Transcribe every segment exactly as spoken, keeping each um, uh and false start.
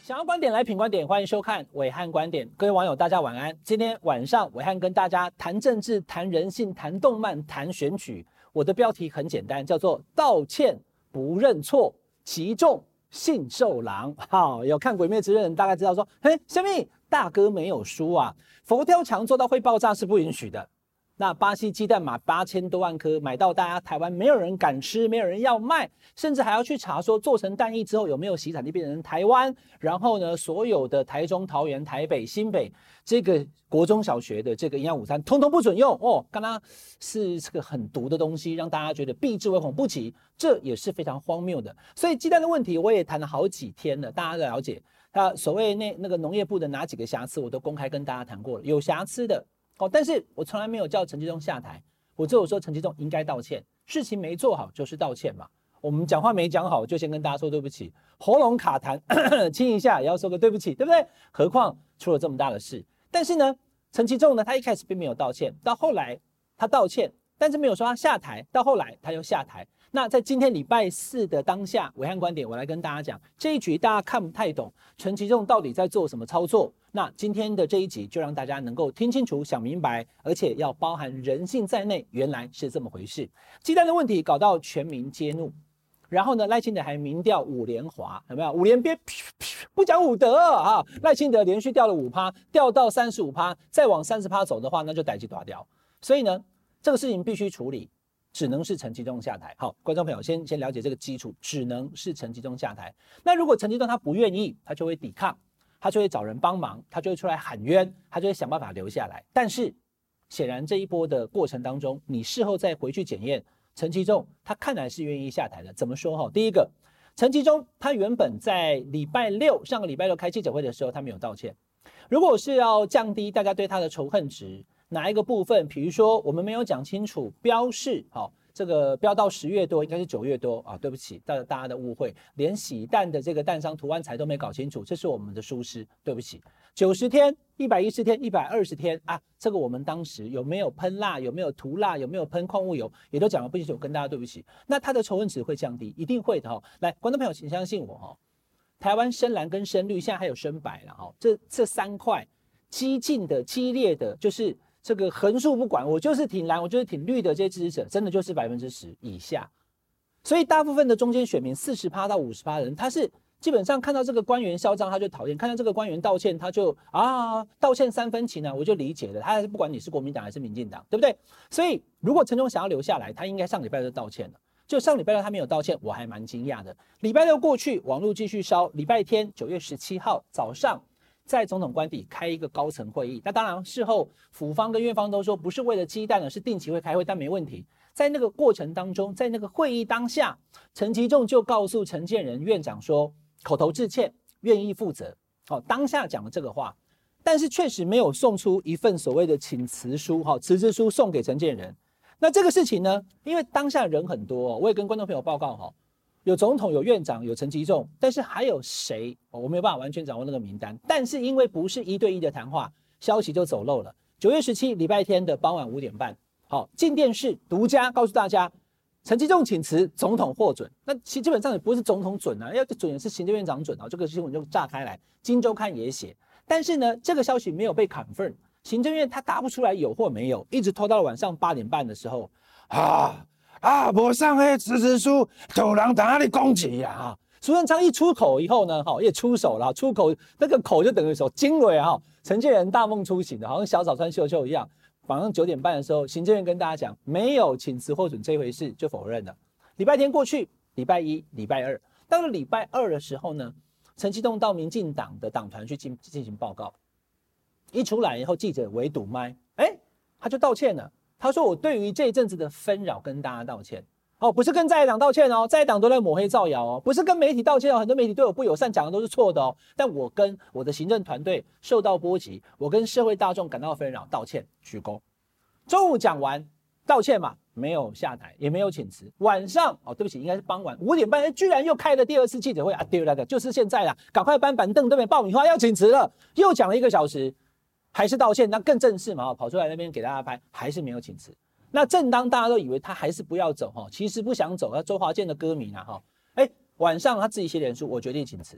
想要观点来品观点，欢迎收看暐瀚观点。各位网友，大家晚安。今天晚上暐瀚跟大家谈政治、谈人性、谈动漫、谈选举。我的标题很简单，叫做道歉不认错，其众信受狼。好，有看《鬼灭之刃》的人大概知道说，嘿，小米大哥没有输啊，佛跳墙做到会爆炸是不允许的。那巴西鸡蛋买八千多万颗，买到大家台湾没有人敢吃，没有人要卖，甚至还要去查说做成蛋液之后有没有洗产地变成台湾。然后呢，所有的台中、桃园、台北、新北这个国中小学的这个营养午餐，通通不准用哦。刚刚是这个很毒的东西，让大家觉得避之唯恐不及，这也是非常荒谬的。所以鸡蛋的问题我也谈了好几天了，大家了解。那所谓那那个农业部的哪几个瑕疵，我都公开跟大家谈过了，有瑕疵的。哦，但是我从来没有叫陈其中下台，我只有说陈其中应该道歉，事情没做好就是道歉嘛。我们讲话没讲好，就先跟大家说对不起，喉咙卡痰，亲一下也要说个对不起，对不对？何况出了这么大的事。但是呢，陈其中呢，他一开始并没有道歉，到后来他道歉，但是没有说他下台，到后来他又下台。那在今天礼拜四的当下，暐瀚观点，我来跟大家讲这一局大家看不太懂，陈其中到底在做什么操作。那今天的这一集就让大家能够听清楚、想明白，而且要包含人性在内，原来是这么回事。鸡蛋的问题搞到全民皆怒，然后呢，赖清德还民调五连滑，有没有？五连鞭不讲武德啊！赖清德连续掉了五趴，掉到三十五趴，再往三十趴走的话，那就逮鸡打掉。所以呢，这个事情必须处理。只能是陈其中下台。好，观众朋友先先了解这个基础，只能是陈其中下台。那如果陈其中他不愿意，他就会抵抗，他就会找人帮忙，他就会出来喊冤，他就会想办法留下来。但是显然这一波的过程当中，你事后再回去检验，陈其中他看来是愿意下台的。怎么说哈？第一个，陈其中他原本在礼拜六上个礼拜六开记者会的时候，他没有道歉。如果是要降低大家对他的仇恨值，哪一个部分？比如说我们没有讲清楚标示，好，这个标到十月多，应该是九月多啊，对不起，大大家的误会，连洗蛋的这个蛋商涂完材都没搞清楚，这是我们的疏失，对不起。九十天、一百一十天、一百二十天啊，这个我们当时有没有喷蜡，有没有涂蜡，有没有喷矿物油，也都讲了不清楚，跟大家对不起。那他的仇恨值会降低，一定会的哈。来，观众朋友，请相信我哈，台湾深蓝跟深绿，现在还有深白了哈，这这三块激进的、激烈的，就是这个横竖不管，我就是挺蓝，我就是挺绿的这些支持者，真的就是百分之十以下。所以大部分的中间选民四十趴到五十趴的人，他是基本上看到这个官员嚣张他就讨厌，看到这个官员道歉他就啊道歉三分情啊，我就理解了，他还是不管你是国民党还是民进党，对不对？所以如果陈忠想要留下来，他应该上礼拜就道歉了。就上礼拜六他没有道歉，我还蛮惊讶的。礼拜六过去，网络继续烧，礼拜天九月十七号早上。在总统官邸开一个高层会议，那当然事后府方跟院方都说不是为了鸡蛋，是定期会开会，但没问题。在那个过程当中，在那个会议当下，陈其仲就告诉陈建仁院长说，口头致歉，愿意负责。好，当下讲了这个话，但是确实没有送出一份所谓的请辞书，好，辞职书送给陈建仁。那这个事情呢，因为当下人很多，我也跟观众朋友报告哈。有总统，有院长，有陈其仲，但是还有谁？我没有办法完全掌握那个名单。但是因为不是一对一的谈话，消息就走漏了。九月十七礼拜天的傍晚五点半，好，进电视独家告诉大家，陈其仲请辞，总统获准。那其基本上也不是总统准啊，要准也是行政院长准啊。这个新闻就炸开来，《今周刊》也写。但是呢，这个消息没有被 confirm， 行政院他答不出来有或没有，一直拖到了晚上八点半的时候，啊。啊，没上黑辞职书，有人在那里攻击啊！苏贞昌一出口以后呢，哈，也出手了，出口那个口就等于手经纬啊，陈建仁大梦初醒的，好像小早川秀秀一样。晚上九点半的时候，行政院跟大家讲，没有请辞获准这回事，就否认了。礼拜天过去，礼拜一、礼拜二，到了礼拜二的时候呢，陈其仲到民进党的党团去进进行报告，一出来以后，记者围堵麦，哎，他就道歉了。他说：“我对于这一阵子的纷扰跟大家道歉，哦，不是跟在野党道歉哦，在野党都在抹黑造谣哦，不是跟媒体道歉哦，很多媒体对我不友善，讲的都是错的哦。但我跟我的行政团队受到波及，我跟社会大众感到纷扰，道歉鞠躬。中午讲完道歉嘛，没有下台，也没有请辞。晚上哦，对不起，应该是傍晚五点半，居然又开了第二次记者会啊！对了的，就是现在啦，赶快搬板凳，对不对？爆米花要请辞了，又讲了一个小时。”还是道歉，那更正式嘛，跑出来那边给大家拍，还是没有请辞。那正当大家都以为他还是不要走哈，其实不想走，他周华健的歌迷啦哈，哎，晚上他自己写脸书，我决定请辞。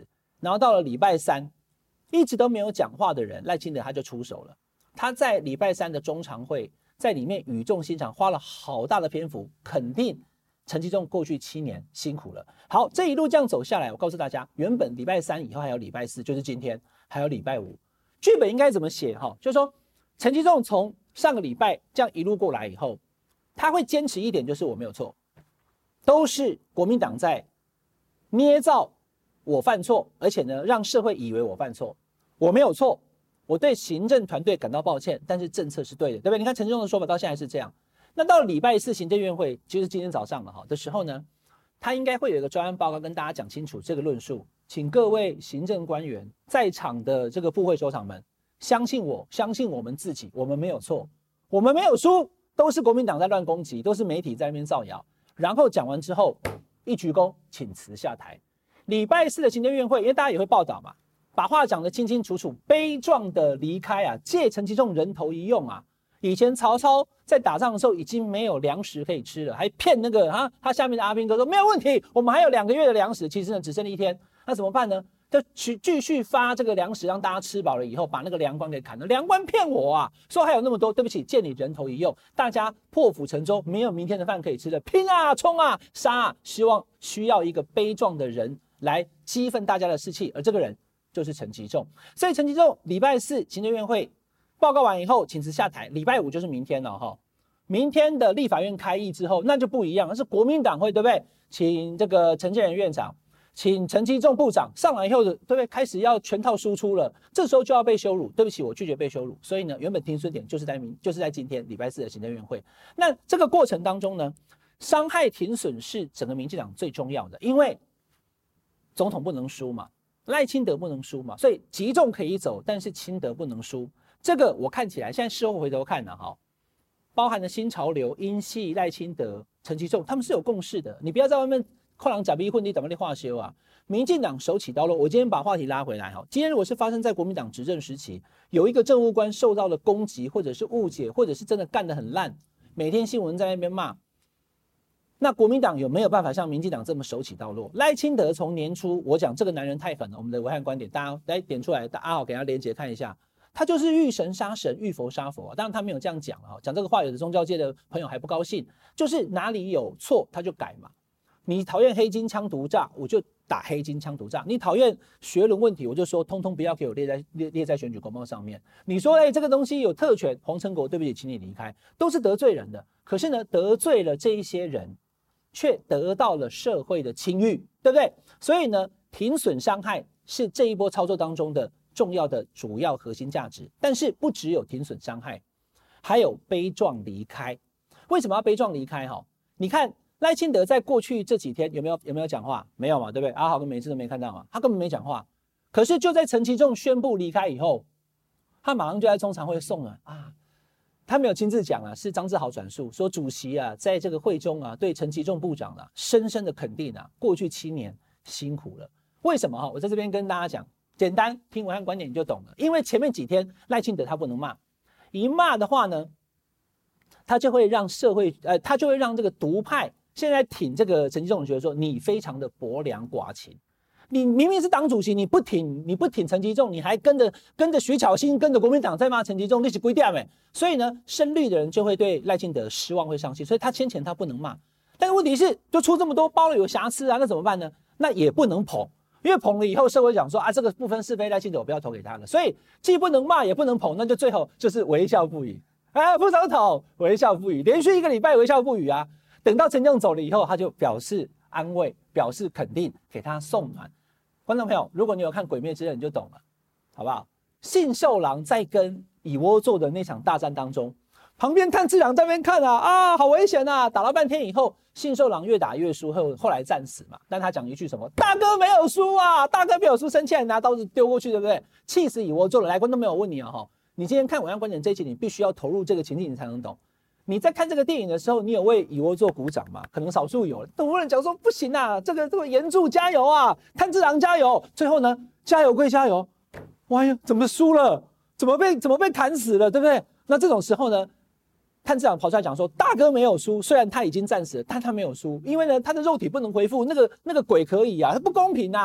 然后到了礼拜三，一直都没有讲话的人赖清德他就出手了。他在礼拜三的中常会，在里面语重心长，花了好大的篇幅肯定陈其仲过去七年辛苦了。好，这一路这样走下来，我告诉大家，原本礼拜三以后还有礼拜四，就是今天，还有礼拜五，剧本应该怎么写哈？就是说，陈其仲从上个礼拜这样一路过来以后，他会坚持一点，就是我没有错，都是国民党在捏造我犯错，而且呢，让社会以为我犯错，我没有错，我对行政团队感到抱歉，但是政策是对的，对不对？你看陈其仲的说法到现在是这样。那到了礼拜四行政院会，就是今天早上了哈的时候呢，他应该会有一个专案报告跟大家讲清楚这个论述，请各位行政官员在场的这个部会首长们，相信我，相信我们自己，我们没有错，我们没有输，都是国民党在乱攻击，都是媒体在那边造谣。然后讲完之后，一鞠躬，请辞下台。礼拜四的行政院会，因为大家也会报道嘛，把话讲得清清楚楚，悲壮的离开啊，借陈其仲人头一用啊。以前曹操在打仗的时候已经没有粮食可以吃了，还骗那个啊，他下面的阿兵哥说没有问题，我们还有两个月的粮食，其实呢只剩了一天，那怎么办呢？就去继续发这个粮食，让大家吃饱了以后，把那个粮官给砍了。粮官骗我啊，说还有那么多，对不起，借你人头一用，大家破釜沉舟，没有明天的饭可以吃了，拼啊，冲啊，杀啊！希望需要一个悲壮的人来激愤大家的士气，而这个人就是陈其仲。所以陈其仲礼拜四行政院会报告完以后，请辞下台。礼拜五就是明天了哈，明天的立法院开议之后，那就不一样，那是国民党会，对不对？请这个陈建仁院长，请陈其仲部长上来以后，对不对？开始要全套输出了，这时候就要被羞辱。对不起，我拒绝被羞辱。所以呢，原本停损点就是在明，就是在今天礼拜四的行政院会。那这个过程当中呢，伤害停损是整个民进党最重要的，因为总统不能输嘛，赖清德不能输嘛，所以其仲可以走，但是清德不能输。这个我看起来，现在事后回头看呢、啊，哈，包含了新潮流、英系、赖清德、陈其仲，他们是有共识的。你不要在外面扣狼假逼混地，怎么的化修啊？民进党手起刀落。我今天把话题拉回来哈，今天如果是发生在国民党执政时期，有一个政务官受到了攻击，或者是误解，或者是真的干得很烂，每天新闻在那边骂，那国民党有没有办法像民进党这么手起刀落？赖清德从年初我讲这个男人太狠了，我们的暐瀚观点，大家来点出来，大家好给他连结看一下。他就是遇神杀神，遇佛杀佛、啊。当然他没有这样讲哈，讲这个话有的宗教界的朋友还不高兴，就是哪里有错他就改嘛。你讨厌黑金枪毒诈，我就打黑金枪毒诈；你讨厌学伦问题，我就说通通不要给我列在列列在选举公报上面。你说哎、欸、这个东西有特权，黄成国对不起，请你离开，都是得罪人的。可是呢，得罪了这一些人，却得到了社会的清誉，对不对？所以呢，停损伤害是这一波操作当中的重要的主要核心价值，但是不只有停损伤害，还有悲壮离开。为什么要悲壮离开？哈，你看赖清德在过去这几天有没有有没有讲话？没有嘛，对不对？阿豪跟每次都没看到嘛，他根本没讲话。可是就在陈其仲宣布离开以后，他马上就在中常会送了啊，他没有亲自讲啊，是张志豪转述说，主席啊在这个会中啊对陈其仲部长啊深深的肯定啊，过去七年辛苦了。为什么哈？我在这边跟大家讲。简单听暐瀚观点你就懂了，因为前面几天赖清德他不能骂，一骂的话呢，他就会让社会呃，他就会让这个独派现在挺这个陈其仲觉得说你非常的薄凉寡情，你明明是党主席，你不挺你不挺陈其仲，你还跟着跟着徐巧芯跟着国民党在骂陈其仲，你是鬼点没？所以呢，深绿的人就会对赖清德失望，会伤心，所以他先前他不能骂，但是问题是就出这么多包了有瑕疵啊，那怎么办呢？那也不能捧。因为捧了以后，社会讲说啊，这个不分是非，赖清德我不要投给他了，所以既不能骂也不能捧，那就最后就是微笑不语。哎，副总统微笑不语，连续一个礼拜微笑不语啊。等到陈其仲走了以后，他就表示安慰，表示肯定，给他送暖。观众朋友，如果你有看《鬼灭之刃》，你就懂了，好不好？信受郎在跟蚁窝座的那场大战当中，旁边炭治郎在那边看啊啊，好危险啊！打了半天以后。信受郎越打越输，后后来战死嘛。但他讲一句什么？大哥没有输啊，大哥没有输，生气来拿刀子丢过去，对不对？气死蚁窝座了。来，观众朋友，我问你啊，哈，你今天看暐瀚观点这一集，你必须要投入这个情境，你才能懂。你在看这个电影的时候，你有为蚁窝座鼓掌吗？可能少数有，很多人讲说不行啊，这个这个岩柱加油啊，炭治郎加油。最后呢，加油归加油，哇呀，怎么输了？怎么被怎么被砍死了，对不对？那这种时候呢？炭治郎跑出来讲说，大哥没有输，虽然他已经战死了，但他没有输，因为呢，他的肉体不能恢复，那个那个鬼可以啊，他不公平啊。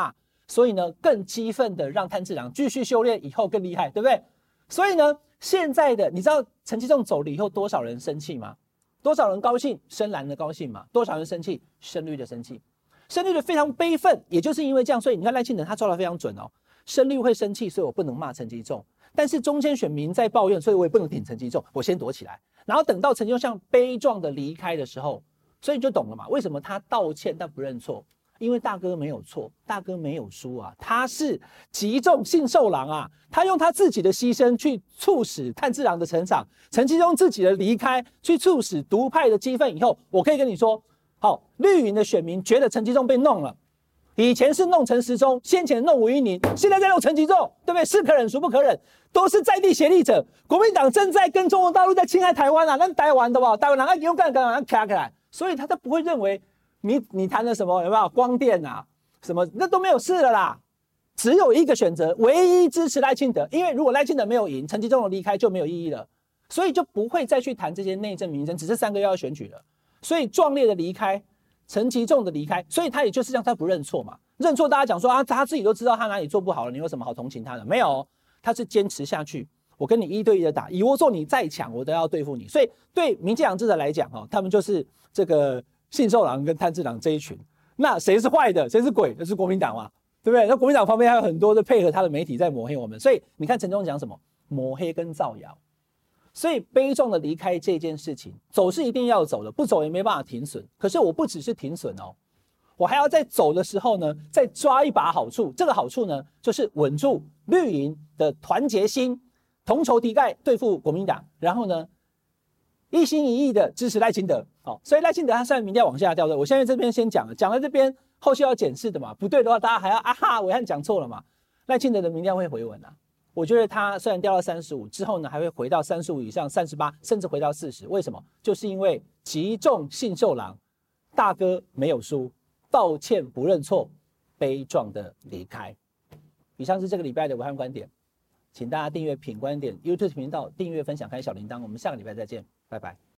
所以呢更激愤的让炭治郎继续修炼，以后更厉害，对不对？所以呢现在的你知道陈其仲走了以后多少人生气吗？多少人高兴？深蓝的高兴嘛。多少人生气？深绿的生气。深绿的非常悲愤，也就是因为这样，所以你看赖清德他抓得非常准哦。深绿会生气，所以我不能骂陈其仲，但是中间选民在抱怨，所以我也不能挺陈其仲，我先躲起来。然后等到陈其仲像悲壮的离开的时候，所以你就懂了嘛，为什么他道歉但不认错？因为大哥没有错，大哥没有输啊，他是击中信受郎啊，他用他自己的牺牲去促使炭治郎的成长，陈其中自己的离开去促使独派的激愤以后，我可以跟你说，好，绿营的选民觉得陈其中被弄了，以前是弄陈时中，先前弄吴怡宁，现在在弄陈其中，对不对？是可忍孰不可忍，都是在地协力者，国民党正在跟中国大陆在侵害台湾啊，那台湾的吧，台湾人啊勇敢敢敢卡起来，所以他都不会认为。你你谈了什么？有没有光电啊？什么那都没有事了啦。只有一个选择，唯一支持赖清德，因为如果赖清德没有赢，陈其中的离开就没有意义了，所以就不会再去谈这些内政民生，只是三个月要选举了。所以壮烈的离开，陈其中的离开，所以他也就是让他不认错嘛。认错大家讲说啊，他自己都知道他哪里做不好了，你有什么好同情他的？没有，他是坚持下去。我跟你一对一的打，以我做你再强，我都要对付你。所以对民进党支持来讲，哈，他们就是这个。信受郎跟炭治郎这一群，那谁是坏的，谁是鬼？那是国民党嘛，对不对？那国民党方面还有很多的配合他的媒体在抹黑我们，所以你看陈忠讲什么抹黑跟造谣，所以悲壮的离开这件事情，走是一定要走的，不走也没办法停损。可是我不只是停损哦，我还要在走的时候呢，再抓一把好处。这个好处呢，就是稳住绿营的团结心，同仇敌忾对付国民党，然后呢，一心一意的支持赖清德。好，所以赖清德他虽然民调往下掉的，我现在这边先讲了，讲到这边后续要检视的嘛，不对的话大家还要啊哈，伟汉讲错了嘛。赖清德的民调会回稳啊，我觉得他虽然掉到三十五之后呢，还会回到三十五以上，三十八甚至回到四十，为什么？就是因为击中信受郎，大哥没有输，道歉不认错，悲壮的离开。以上是这个礼拜的伟汉观点，请大家订阅品观点 YouTube 频道，订阅分享开小铃铛，我们下个礼拜再见，拜拜。